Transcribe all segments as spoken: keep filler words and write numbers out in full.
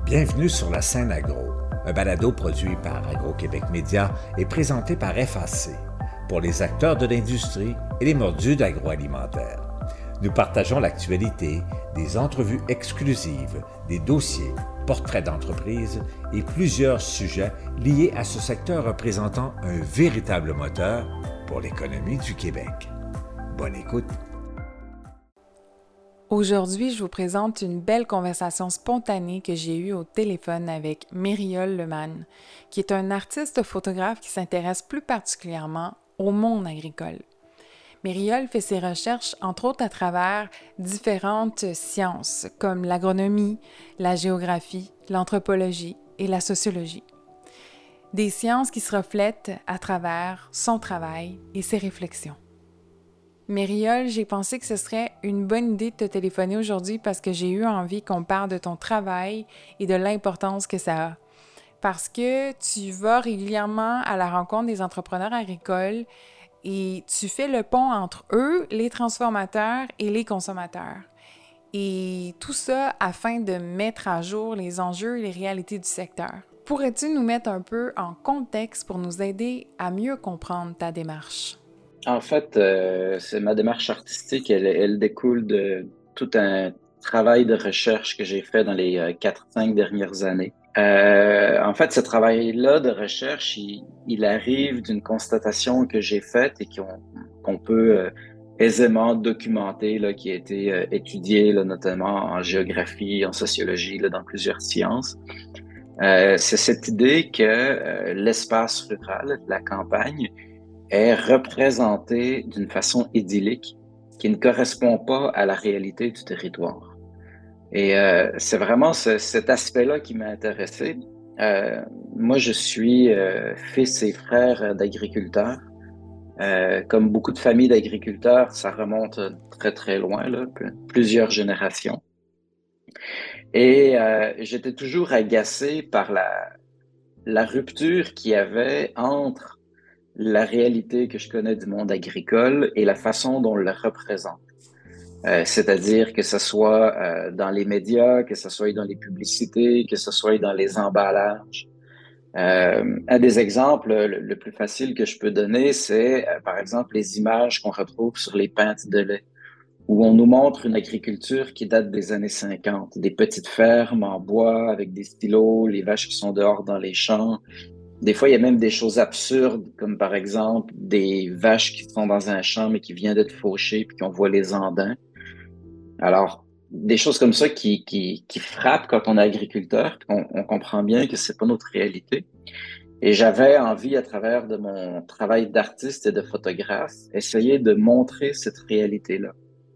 Bienvenue sur la scène agro, un balado produit par Agro-Québec Média et présenté par F A C, pour les acteurs de l'industrie et les mordus d'agroalimentaire. Nous partageons l'actualité, des entrevues exclusives, des dossiers, portraits d'entreprises et plusieurs sujets liés à ce secteur représentant un véritable moteur pour l'économie du Québec. Bonne écoute! Aujourd'hui, je vous présente une belle conversation spontanée que j'ai eue au téléphone avec Mériole Lehmann, qui est un artiste photographe qui s'intéresse plus particulièrement au monde agricole. Mériole fait ses recherches, entre autres, à travers différentes sciences, comme l'agronomie, la géographie, l'anthropologie et la sociologie. Des sciences qui se reflètent à travers son travail et ses réflexions. Mériole, j'ai pensé que ce serait une bonne idée de te téléphoner aujourd'hui parce que j'ai eu envie qu'on parle de ton travail et de l'importance que ça a. Parce que tu vas régulièrement à la rencontre des entrepreneurs agricoles et tu fais le pont entre eux, les transformateurs et les consommateurs. Et tout ça afin de mettre à jour les enjeux et les réalités du secteur. Pourrais-tu nous mettre un peu en contexte pour nous aider à mieux comprendre ta démarche? En fait, euh, c'est ma démarche artistique, elle, elle découle de tout un travail de recherche que j'ai fait dans les euh, quatre cinq dernières années. Euh, en fait, ce travail-là de recherche, il, il arrive d'une constatation que j'ai faite et qu'on qu'on peut euh, aisément documenter, là, qui a été euh, étudiée là, notamment en géographie, en sociologie, là, dans plusieurs sciences. Euh, c'est cette idée que euh, l'espace rural, la campagne, est représenté d'une façon idyllique qui ne correspond pas à la réalité du territoire. Et euh, c'est vraiment ce, cet aspect-là qui m'a intéressé. Euh, moi, je suis euh, fils et frère d'agriculteurs. Euh, comme beaucoup de familles d'agriculteurs, ça remonte très, très loin, là, plusieurs générations. Et euh, j'étais toujours agacé par la, la rupture qu'il y avait entre la réalité que je connais du monde agricole et la façon dont on le représente. Euh, c'est-à-dire que ce soit euh, dans les médias, que ce soit dans les publicités, que ce soit dans les emballages. Euh, un des exemples le, le plus facile que je peux donner, c'est euh, par exemple les images qu'on retrouve sur les pintes de lait, où on nous montre une agriculture qui date des années cinquante, des petites fermes en bois avec des stylos, les vaches qui sont dehors dans les champs. Des fois, il y a même des choses absurdes, comme par exemple des vaches qui sont dans un champ mais qui viennent d'être fauchées puis qu'on voit les andins. Alors, des choses comme ça qui, qui, qui frappent quand on est agriculteur, on, on comprend bien que c'est pas notre réalité. Et j'avais envie, à travers de mon travail d'artiste et de photographe, essayer de montrer cette réalité-là.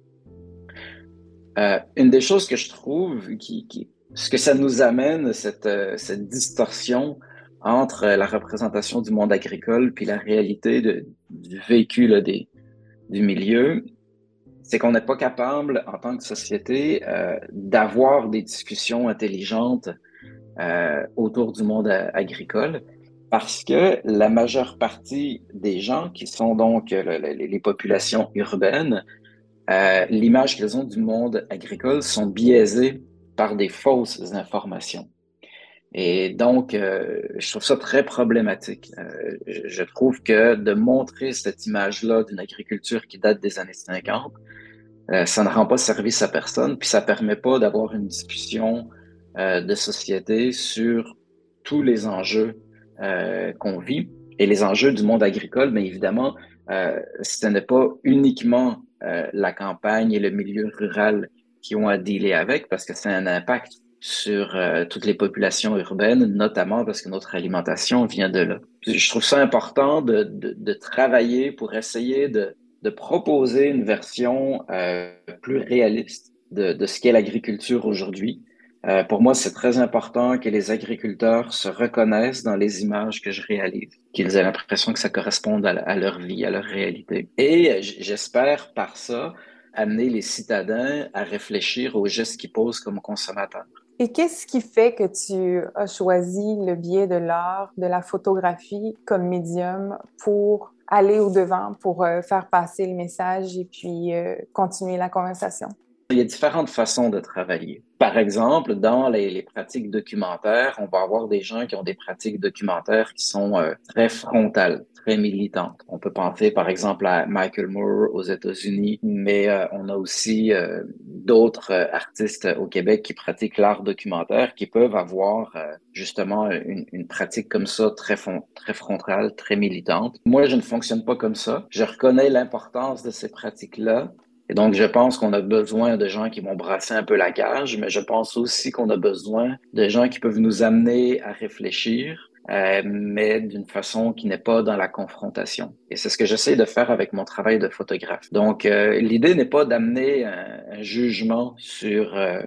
Euh, une des choses que je trouve, qui, qui, ce que ça nous amène, cette, euh, cette distorsion entre la représentation du monde agricole puis la réalité de, du vécu là, des, du milieu, c'est qu'on n'est pas capable, en tant que société, euh, d'avoir des discussions intelligentes euh, autour du monde a- agricole parce que la majeure partie des gens qui sont donc le, le, les populations urbaines, euh, l'image qu'elles ont du monde agricole sont biaisées par des fausses informations. Et donc, euh, je trouve ça très problématique. Euh, je, je trouve que de montrer cette image-là d'une agriculture qui date des années cinquante, euh, ça ne rend pas service à personne, puis ça permet pas d'avoir une discussion euh, de société sur tous les enjeux euh, qu'on vit et les enjeux du monde agricole. Mais évidemment, euh, ce n'est pas uniquement euh, la campagne et le milieu rural qui ont à dealer avec, parce que c'est un impact sur euh, toutes les populations urbaines, notamment parce que notre alimentation vient de là. Je trouve ça important de, de, de travailler pour essayer de, de proposer une version euh, plus réaliste de, de ce qu'est l'agriculture aujourd'hui. Euh, pour moi, c'est très important que les agriculteurs se reconnaissent dans les images que je réalise, qu'ils aient l'impression que ça corresponde à, à leur vie, à leur réalité. Et j'espère par ça amener les citadins à réfléchir aux gestes qu'ils posent comme consommateurs. Et qu'est-ce qui fait que tu as choisi le biais de l'art, de la photographie comme médium pour aller au-devant, pour euh, faire passer le message et puis euh, continuer la conversation? Il y a différentes façons de travailler. Par exemple, dans les, les pratiques documentaires, on va avoir des gens qui ont des pratiques documentaires qui sont euh, très frontales, très militantes. On peut penser par exemple à Michael Moore aux États-Unis, mais euh, on a aussi euh, d'autres euh, artistes au Québec qui pratiquent l'art documentaire qui peuvent avoir euh, justement une, une pratique comme ça très, fon- très frontale, très militante. Moi, je ne fonctionne pas comme ça. Je reconnais l'importance de ces pratiques-là. Et donc, je pense qu'on a besoin de gens qui vont brasser un peu la cage, mais je pense aussi qu'on a besoin de gens qui peuvent nous amener à réfléchir, euh, mais d'une façon qui n'est pas dans la confrontation. Et c'est ce que j'essaie de faire avec mon travail de photographe. Donc, euh, l'idée n'est pas d'amener un, un jugement sur euh,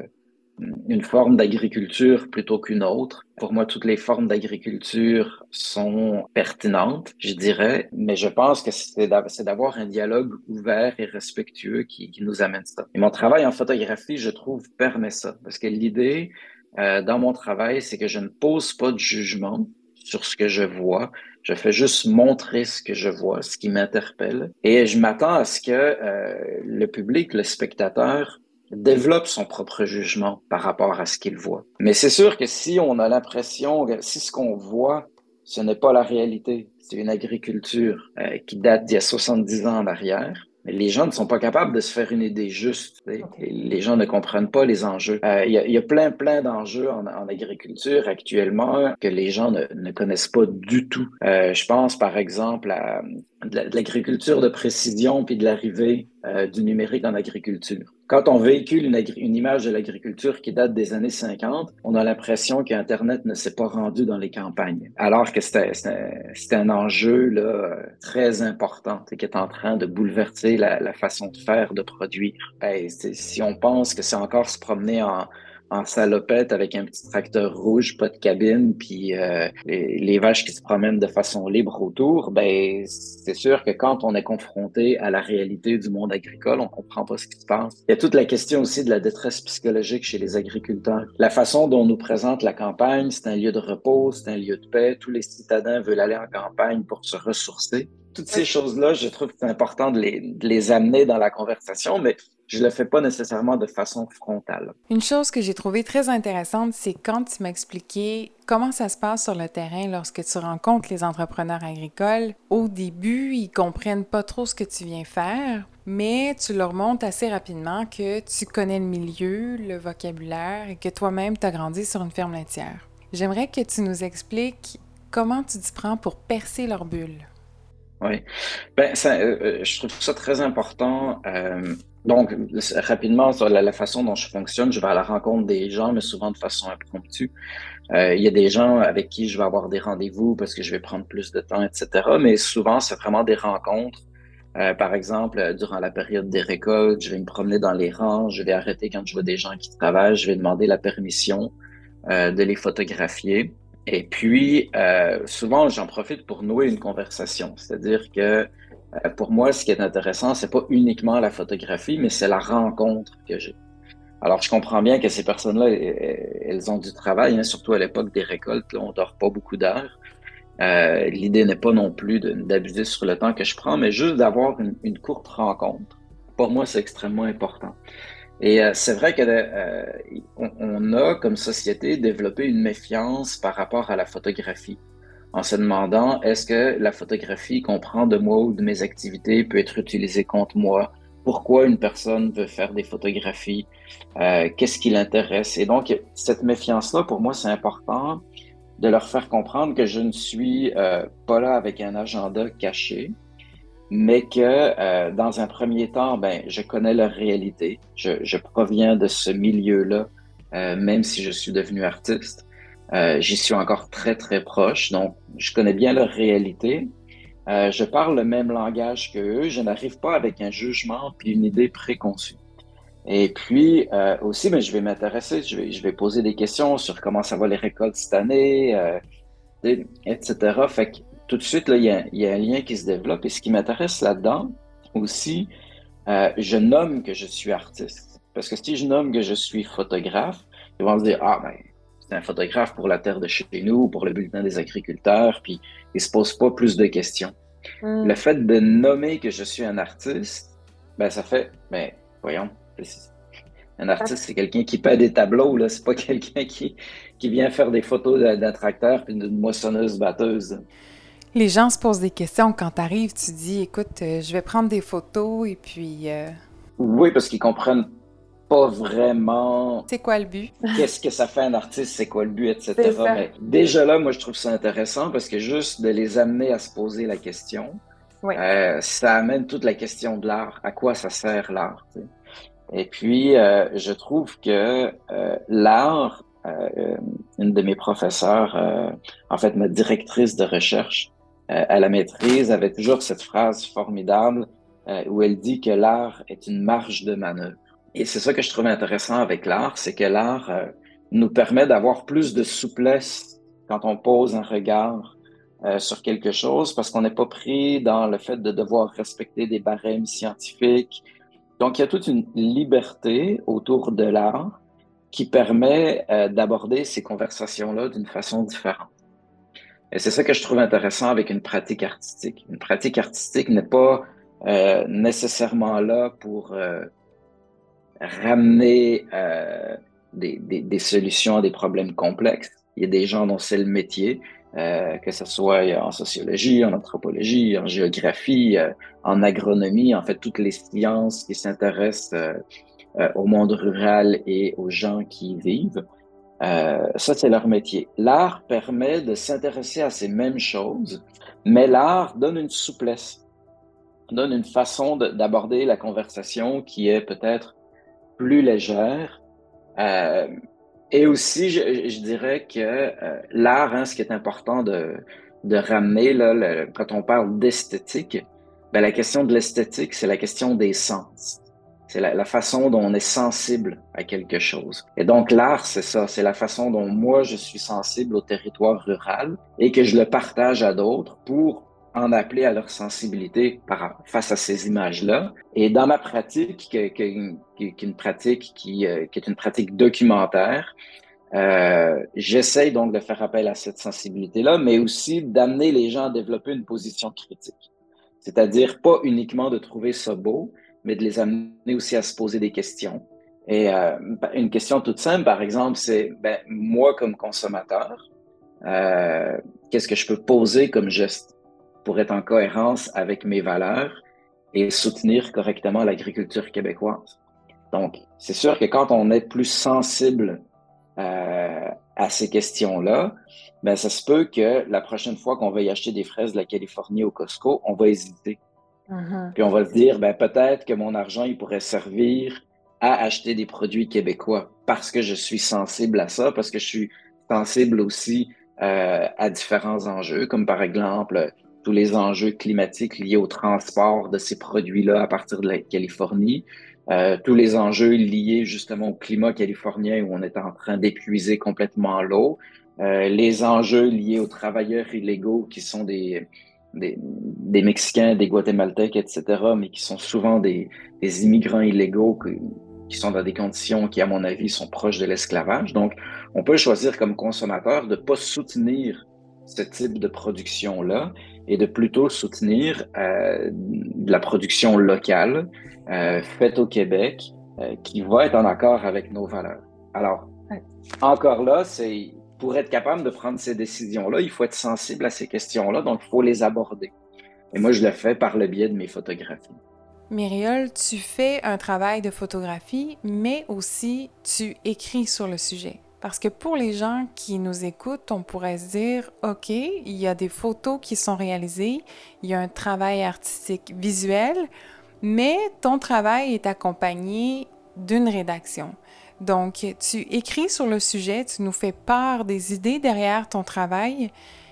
une forme d'agriculture plutôt qu'une autre. Pour moi, toutes les formes d'agriculture sont pertinentes, je dirais, mais je pense que c'est d'avoir un dialogue ouvert et respectueux qui, qui nous amène ça. Et mon travail en photographie, je trouve, permet ça, parce que l'idée euh, dans mon travail, c'est que je ne pose pas de jugement sur ce que je vois. Je fais juste montrer ce que je vois, ce qui m'interpelle. Et je m'attends à ce que euh, le public, le spectateur, développe son propre jugement par rapport à ce qu'il voit. Mais c'est sûr que si on a l'impression, si ce qu'on voit, ce n'est pas la réalité, c'est une agriculture euh, qui date d'il y a soixante-dix ans en arrière, mais les gens ne sont pas capables de se faire une idée juste. Okay. Les gens ne comprennent pas les enjeux. Euh, il y a, il y a plein, plein d'enjeux en, en agriculture actuellement que les gens ne, ne connaissent pas du tout. Euh, je pense par exemple à de l'agriculture de précision puis de l'arrivée euh, du numérique en agriculture. Quand on véhicule une, une image de l'agriculture qui date des années cinquante, on a l'impression qu'Internet ne s'est pas rendu dans les campagnes, alors que c'était un, un enjeu là, très important et qui est en train de bouleverser la, la façon de faire, de produire. Hey, si on pense que c'est encore se promener en en salopette avec un petit tracteur rouge, pas de cabine, puis euh, les, les vaches qui se promènent de façon libre autour, ben c'est sûr que quand on est confronté à la réalité du monde agricole, on comprend pas ce qui se passe. Il y a toute la question aussi de la détresse psychologique chez les agriculteurs. La façon dont on nous présente la campagne, c'est un lieu de repos, c'est un lieu de paix. Tous les citadins veulent aller en campagne pour se ressourcer. Toutes ces choses-là, je trouve que c'est important de les, de les amener dans la conversation, mais je le fais pas nécessairement de façon frontale. Une chose que j'ai trouvée très intéressante, c'est quand tu m'expliquais comment ça se passe sur le terrain lorsque tu rencontres les entrepreneurs agricoles. Au début, ils comprennent pas trop ce que tu viens faire, mais tu leur montres assez rapidement que tu connais le milieu, le vocabulaire et que toi-même tu as grandi sur une ferme laitière. J'aimerais que tu nous expliques comment tu t'y prends pour percer leur bulle. Oui, ben, ça, euh, je trouve ça très important. Euh, donc, rapidement, sur la, la façon dont je fonctionne, je vais à la rencontre des gens, mais souvent de façon impromptue. Euh, il y a des gens avec qui je vais avoir des rendez-vous parce que je vais prendre plus de temps, et cetera. Mais souvent, c'est vraiment des rencontres. Euh, par exemple, durant la période des récoltes, je vais me promener dans les rangs, je vais arrêter quand je vois des gens qui travaillent, je vais demander la permission euh, de les photographier. Et puis, euh, souvent, j'en profite pour nouer une conversation. C'est-à-dire que euh, pour moi, ce qui est intéressant, c'est pas uniquement la photographie, mais c'est la rencontre que j'ai. Alors, je comprends bien que ces personnes-là, elles ont du travail, hein, surtout à l'époque des récoltes, là, on dort pas beaucoup d'heures. Euh, l'idée n'est pas non plus d'abuser sur le temps que je prends, mais juste d'avoir une, une courte rencontre. Pour moi, c'est extrêmement important. Et euh, c'est vrai que euh, on, on a, comme société, développé une méfiance par rapport à la photographie, en se demandant est-ce que la photographie qu'on prend de moi ou de mes activités peut être utilisée contre moi? Pourquoi une personne veut faire des photographies? Euh, qu'est-ce qui l'intéresse? Et donc, cette méfiance-là, pour moi, c'est important de leur faire comprendre que je ne suis euh, pas là avec un agenda caché, mais que euh, dans un premier temps, ben, je connais leur réalité. Je, je proviens de ce milieu-là, euh, même si je suis devenu artiste. Euh, j'y suis encore très, très proche, donc je connais bien leur réalité. Euh, je parle le même langage qu'eux. Je n'arrive pas avec un jugement puis une idée préconçue. Et puis euh, aussi, ben, je vais m'intéresser, je vais, je vais poser des questions sur comment ça va les récoltes cette année, euh, et cetera. Fait que tout de suite, là, il y a, il y a un lien qui se développe. Et ce qui m'intéresse là-dedans aussi, euh, je nomme que je suis artiste. Parce que si je nomme que je suis photographe, ils vont se dire, ah ben, c'est un photographe pour la terre de chez nous, pour le bulletin des agriculteurs, puis ils se posent pas plus de questions. Mm. Le fait de nommer que je suis un artiste, ben ça fait, ben voyons, Un artiste, c'est quelqu'un qui peint des tableaux, là. C'est pas quelqu'un qui, qui vient faire des photos d'un, d'un tracteur puis d'une moissonneuse-batteuse. Les gens se posent des questions quand tu arrives, tu dis, écoute, euh, je vais prendre des photos et puis... euh, Oui, parce qu'ils comprennent pas vraiment c'est quoi le but? qu'est-ce que ça fait un artiste, c'est quoi le but, C'est et cetera. ça. Mais déjà là, moi, je trouve ça intéressant parce que juste de les amener à se poser la question, Oui. euh, ça amène toute la question de l'art. À quoi ça sert l'art, tu sais? Et puis, euh, je trouve que euh, l'art, euh, une de mes professeurs, euh, en fait, ma directrice de recherche euh, à la maîtrise, avait toujours cette phrase formidable euh, où elle dit que l'art est une marge de manœuvre. Et c'est ça que je trouve intéressant avec l'art, c'est que l'art euh, nous permet d'avoir plus de souplesse quand on pose un regard euh, sur quelque chose, parce qu'on n'est pas pris dans le fait de devoir respecter des barèmes scientifiques. Donc, il y a toute une liberté autour de l'art qui permet euh, d'aborder ces conversations-là d'une façon différente. Et c'est ça que je trouve intéressant avec une pratique artistique. Une pratique artistique n'est pas euh, nécessairement là pour euh, ramener euh, des, des, des solutions à des problèmes complexes. Il y a des gens dont c'est le métier, euh, que ce soit en sociologie, en anthropologie, en géographie, euh, en agronomie, en fait, toutes les sciences qui s'intéressent euh, euh, au monde rural et aux gens qui y vivent. Euh, ça, c'est leur métier. L'art permet de s'intéresser à ces mêmes choses, mais l'art donne une souplesse, donne une façon de, d'aborder la conversation qui est peut-être plus légère. Euh, et aussi, je, je dirais que euh, l'art, hein, ce qui est important de, de ramener, là, le, quand on parle d'esthétique, ben, la question de l'esthétique, c'est la question des sens. C'est la, la façon dont on est sensible à quelque chose. Et donc, l'art, c'est ça. C'est la façon dont moi, je suis sensible au territoire rural et que je le partage à d'autres pour en appeler à leur sensibilité par, face à ces images-là. Et dans ma pratique, qui, qui, qui, qui, une pratique qui, euh, qui est une pratique documentaire, euh, j'essaye donc de faire appel à cette sensibilité-là, mais aussi d'amener les gens à développer une position critique. C'est-à-dire pas uniquement de trouver ça beau, mais de les amener aussi à se poser des questions. Et euh, une question toute simple, par exemple, c'est, ben, moi comme consommateur, euh, qu'est-ce que je peux poser comme geste pour être en cohérence avec mes valeurs et soutenir correctement l'agriculture québécoise? Donc, c'est sûr que quand on est plus sensible euh, à ces questions-là, ben, ça se peut que la prochaine fois qu'on va y acheter des fraises de la Californie au Costco, on va hésiter. Mm-hmm. Puis on va se dire, ben, peut-être que mon argent, il pourrait servir à acheter des produits québécois parce que je suis sensible à ça, parce que je suis sensible aussi euh, à différents enjeux, comme par exemple tous les enjeux climatiques liés au transport de ces produits-là à partir de la Californie, euh, tous les enjeux liés justement au climat californien où on est en train d'épuiser complètement l'eau, euh, les enjeux liés aux travailleurs illégaux qui sont des, des, des Mexicains, des Guatémaltèques, et cetera, mais qui sont souvent des, des immigrants illégaux que, qui sont dans des conditions qui, à mon avis, sont proches de l'esclavage. Donc, on peut choisir comme consommateur de ne pas soutenir ce type de production-là et de plutôt soutenir euh, de la production locale, euh, faite au Québec, euh, qui va être en accord avec nos valeurs. Alors, encore là, c'est pour être capable de prendre ces décisions-là, il faut être sensible à ces questions-là, donc il faut les aborder. Et moi, je le fais par le biais de mes photographies. Myriol, tu fais un travail de photographie, mais aussi tu écris sur le sujet. Parce que pour les gens qui nous écoutent, on pourrait se dire, OK, il y a des photos qui sont réalisées, il y a un travail artistique visuel, mais ton travail est accompagné d'une rédaction. Donc, tu écris sur le sujet, tu nous fais part des idées derrière ton travail.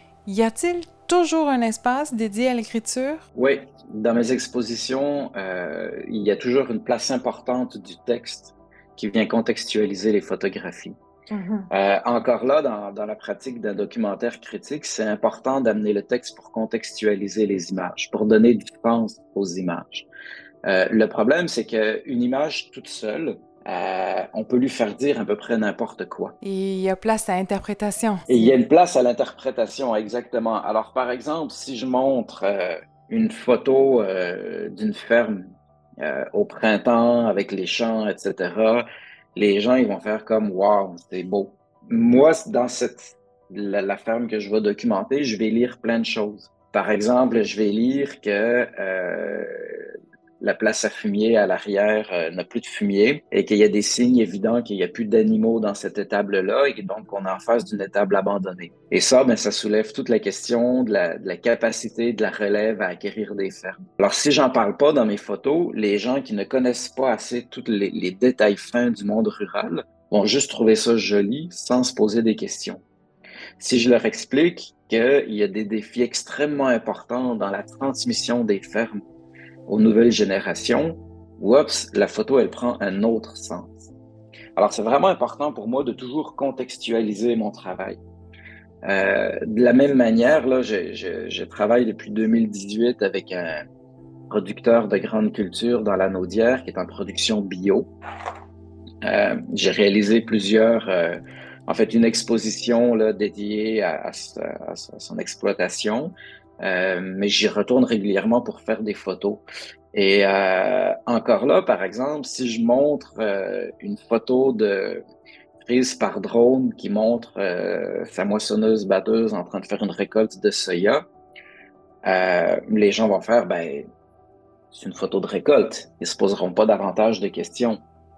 Y a-t-il toujours un espace dédié à l'écriture? Oui, dans mes expositions, euh, il y a toujours une place importante du texte qui vient contextualiser les photographies. Mm-hmm. Euh, encore là, dans, dans la pratique d'un documentaire critique, c'est important d'amener le texte pour contextualiser les images, pour donner du sens aux images. Euh, le problème, c'est qu'une image toute seule, euh, on peut lui faire dire à peu près n'importe quoi. Et il y a place à l'interprétation. Et il y a une place à l'interprétation, exactement. Alors, par exemple, si je montre euh, une photo euh, d'une ferme euh, au printemps avec les champs, et cetera, les gens ils vont faire comme wow, c'est beau. Moi, dans cette la, la ferme que je vais documenter, je vais lire plein de choses. Par exemple, je vais lire que euh, la place à fumier à l'arrière euh, n'a plus de fumier et qu'il y a des signes évidents qu'il n'y a plus d'animaux dans cette étable-là et donc on est en face d'une étable abandonnée. Et ça, ben, ça soulève toute la question de la, de la capacité de la relève à acquérir des fermes. Alors, si j'en parle pas dans mes photos, les gens qui ne connaissent pas assez tous les, les détails fins du monde rural vont juste trouver ça joli sans se poser des questions. Si je leur explique qu'il y a des défis extrêmement importants dans la transmission des fermes aux nouvelles générations, oups, la photo, elle prend un autre sens. Alors, c'est vraiment important pour moi de toujours contextualiser mon travail. Euh, de la même manière, là, je, je, je travaille depuis deux mille dix-huit avec un producteur de grande culture dans la Naudière qui est en production bio. Euh, j'ai réalisé plusieurs, euh, en fait, une exposition là, dédiée à, à, à, à son exploitation, euh, mais j'y retourne régulièrement pour faire des photos. Et euh, encore là, par exemple, si je montre euh, une photo de prise par drone qui montre euh, sa moissonneuse-batteuse en train de faire une récolte de soya, euh, les gens vont faire, ben, c'est une photo de récolte. Ils se poseront pas davantage de questions.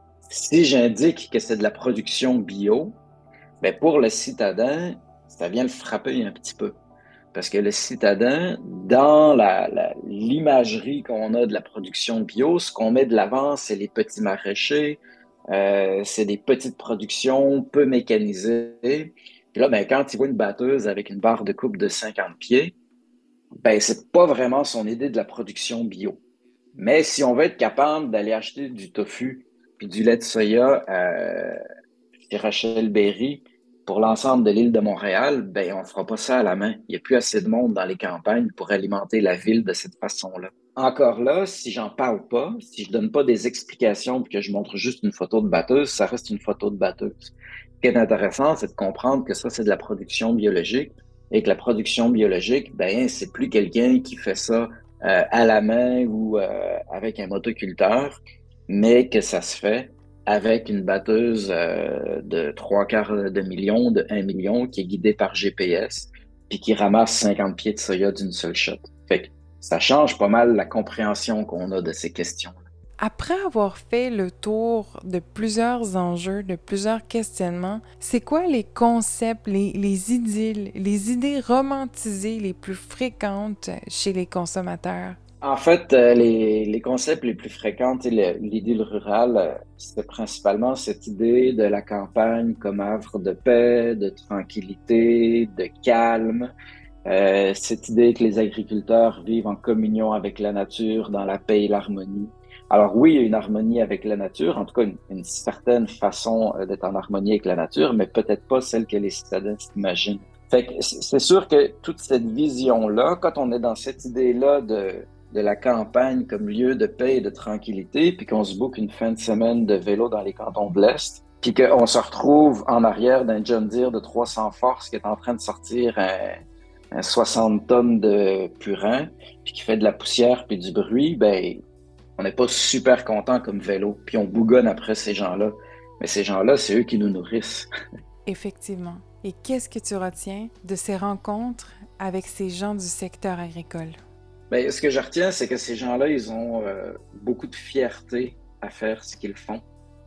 Si j'indique que c'est de la production bio, ben pour le citadin, ça vient le frapper un petit peu. Parce que le citadin, dans la, la, l'imagerie qu'on a de la production bio, ce qu'on met de l'avant, c'est les petits maraîchers, euh, c'est des petites productions peu mécanisées. Puis là, ben, quand il voit une batteuse avec une barre de coupe de cinquante pieds, ben, c'est pas vraiment son idée de la production bio. Mais si on veut être capable d'aller acheter du tofu puis du lait de soya euh, chez Rachel Berry pour l'ensemble de l'île de Montréal, ben on fera pas ça à la main. Il n'y a plus assez de monde dans les campagnes pour alimenter la ville de cette façon-là. Encore là, si j'en parle pas, si je donne pas des explications puis que je montre juste une photo de batteuse, ça reste une photo de batteuse. Ce qui est intéressant, c'est de comprendre que ça, c'est de la production biologique et que la production biologique, ben c'est plus quelqu'un qui fait ça euh, à la main ou euh, avec un motoculteur, mais que ça se fait avec une batteuse euh, de trois quarts de million, de un million, qui est guidée par G P S, puis qui ramasse cinquante pieds de soya d'une seule shot. Fait que ça change pas mal la compréhension qu'on a de ces questions. Après avoir fait le tour de plusieurs enjeux, de plusieurs questionnements, c'est quoi les concepts, les, les idylles, les idées romantisées les plus fréquentes chez les consommateurs? En fait, euh, les, les concepts les plus fréquents, l'idylle rurale, euh, c'est principalement cette idée de la campagne comme havre de paix, de tranquillité, de calme. Euh, cette idée que les agriculteurs vivent en communion avec la nature, dans la paix et l'harmonie. Alors oui, il y a une harmonie avec la nature, en tout cas une, une certaine façon euh, d'être en harmonie avec la nature, mais peut-être pas celle que les citadins s'imaginent. Fait que c'est sûr que toute cette vision-là, quand on est dans cette idée-là de, de la campagne comme lieu de paix et de tranquillité, puis qu'on se boucle une fin de semaine de vélo dans les cantons de l'Est, puis qu'on se retrouve en arrière d'un John Deere de trois cents forces qui est en train de sortir un, un soixante tonnes de purin, puis qui fait de la poussière puis du bruit, ben on n'est pas super content comme vélo, puis on bougonne après ces gens-là. Mais ces gens-là, c'est eux qui nous nourrissent. Effectivement. Et qu'est-ce que tu retiens de ces rencontres avec ces gens du secteur agricole? Bien, ce que je retiens, c'est que ces gens-là, ils ont euh, beaucoup de fierté à faire ce qu'ils font.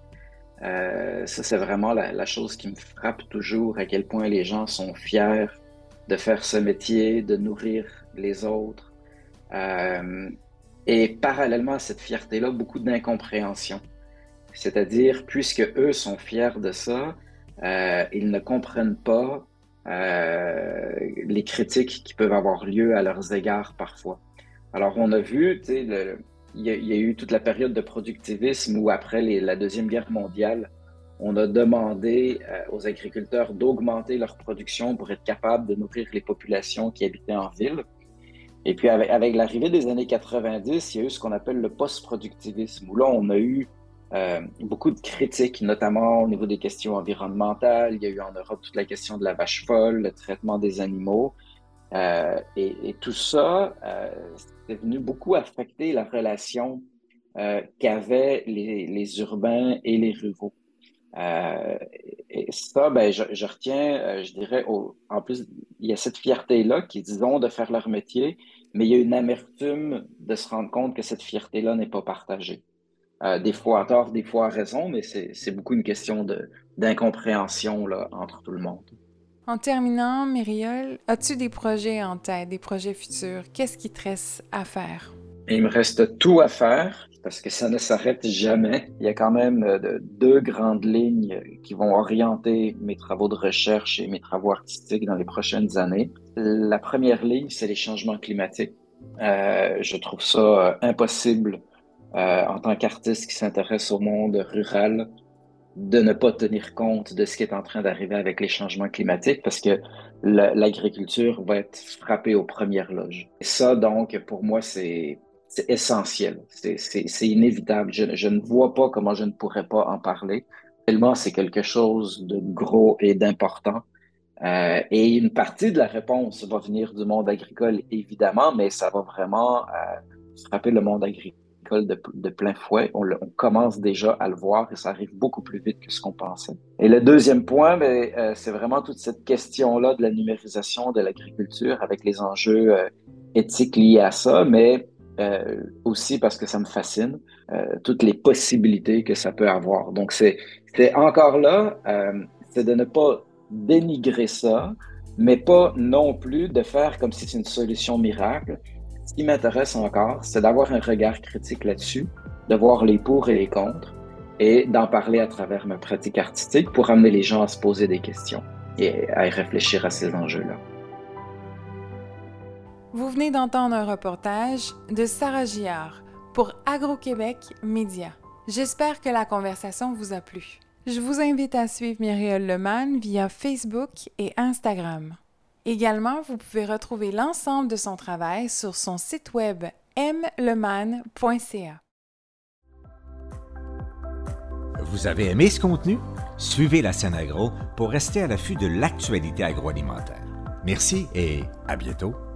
Euh, ça, c'est vraiment la, la chose qui me frappe toujours, à quel point les gens sont fiers de faire ce métier, de nourrir les autres. Euh, et parallèlement à cette fierté-là, beaucoup d'incompréhension. C'est-à-dire, puisque eux sont fiers de ça, euh, ils ne comprennent pas euh, les critiques qui peuvent avoir lieu à leurs égards parfois. Alors, on a vu, tu sais, le, il y, a, il y a eu toute la période de productivisme où, après les, la Deuxième Guerre mondiale, on a demandé euh, aux agriculteurs d'augmenter leur production pour être capables de nourrir les populations qui habitaient en ville. Et puis, avec, avec l'arrivée des années quatre-vingt-dix, il y a eu ce qu'on appelle le post-productivisme, où là, on a eu euh, beaucoup de critiques, notamment au niveau des questions environnementales. Il y a eu en Europe toute la question de la vache folle, le traitement des animaux. Euh, et, et tout ça, euh, c'est venu beaucoup affecter la relation euh, qu'avaient les, les urbains et les ruraux. Euh, et ça, ben, je, je retiens, euh, je dirais, au- en plus, il y a cette fierté-là qu'ils ont de faire leur métier, mais il y a une amertume de se rendre compte que cette fierté-là n'est pas partagée. Euh, des fois à tort, des fois à raison, mais c'est, c'est beaucoup une question de, d'incompréhension là, entre tout le monde. En terminant, Myriol, as-tu des projets en tête, des projets futurs? Qu'est-ce qui te reste à faire? Et il me reste tout à faire parce que ça ne s'arrête jamais. Il y a quand même euh, de- deux grandes lignes qui vont orienter mes travaux de recherche et mes travaux artistiques dans les prochaines années. La première ligne, c'est les changements climatiques. Euh, je trouve ça euh, impossible euh, en tant qu'artiste qui s'intéresse au monde rural de ne pas tenir compte de ce qui est en train d'arriver avec les changements climatiques parce que la- l'agriculture va être frappée aux premières loges. Et ça, donc, pour moi, c'est c'est essentiel. C'est c'est- c'est inévitable. Je, je ne vois pas comment je ne pourrais pas en parler. Tellement c'est quelque chose de gros et d'important. Euh, et une partie de la réponse va venir du monde agricole, évidemment, mais ça va vraiment euh, frapper le monde agricole de, de plein fouet. On, le- on commence déjà à le voir et ça arrive beaucoup plus vite que ce qu'on pensait. Et le deuxième point, ben, euh, c'est vraiment toute cette question-là de la numérisation de l'agriculture avec les enjeux euh, éthiques liés à ça, mais euh, aussi parce que ça me fascine, euh, toutes les possibilités que ça peut avoir. Donc, c'est, c'est encore là, euh, c'est de ne pas dénigrer ça, mais pas non plus de faire comme si c'est une solution miracle. Ce qui m'intéresse encore, c'est d'avoir un regard critique là-dessus, de voir les pour et les contre, et d'en parler à travers ma pratique artistique pour amener les gens à se poser des questions et à y réfléchir à ces enjeux-là. Vous venez d'entendre un reportage de Sarah Giard pour Agro-Québec Média. J'espère que la conversation vous a plu. Je vous invite à suivre Myriol Lemann via Facebook et Instagram. Également, vous pouvez retrouver l'ensemble de son travail sur son site web m lemann point c a. Vous avez aimé ce contenu? Suivez la scène agro pour rester à l'affût de l'actualité agroalimentaire. Merci et à bientôt.